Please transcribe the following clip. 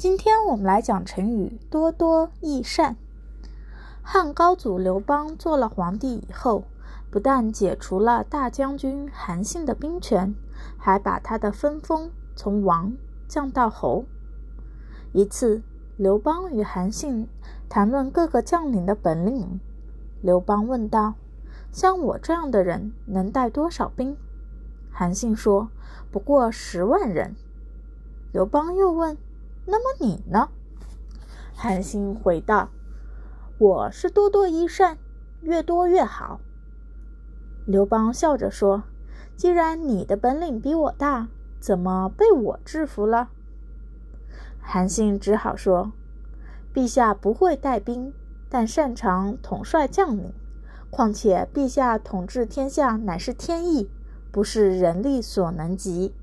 今天我们来讲成语多多益善。汉高祖刘邦做了皇帝以后，不但解除了大将军韩信的兵权，还把他的分封从王降到侯。一次，刘邦与韩信谈论各个将领的本领。刘邦问道：像我这样的人能带多少兵？韩信说：不过10万人。刘邦又问：那么你呢？韩信回道：我是多多益善，越多越好。刘邦笑着说：既然你的本领比我大，怎么被我制服了？韩信只好说：陛下不会带兵，但擅长统帅将领，况且陛下统治天下乃是天意，不是人力所能及。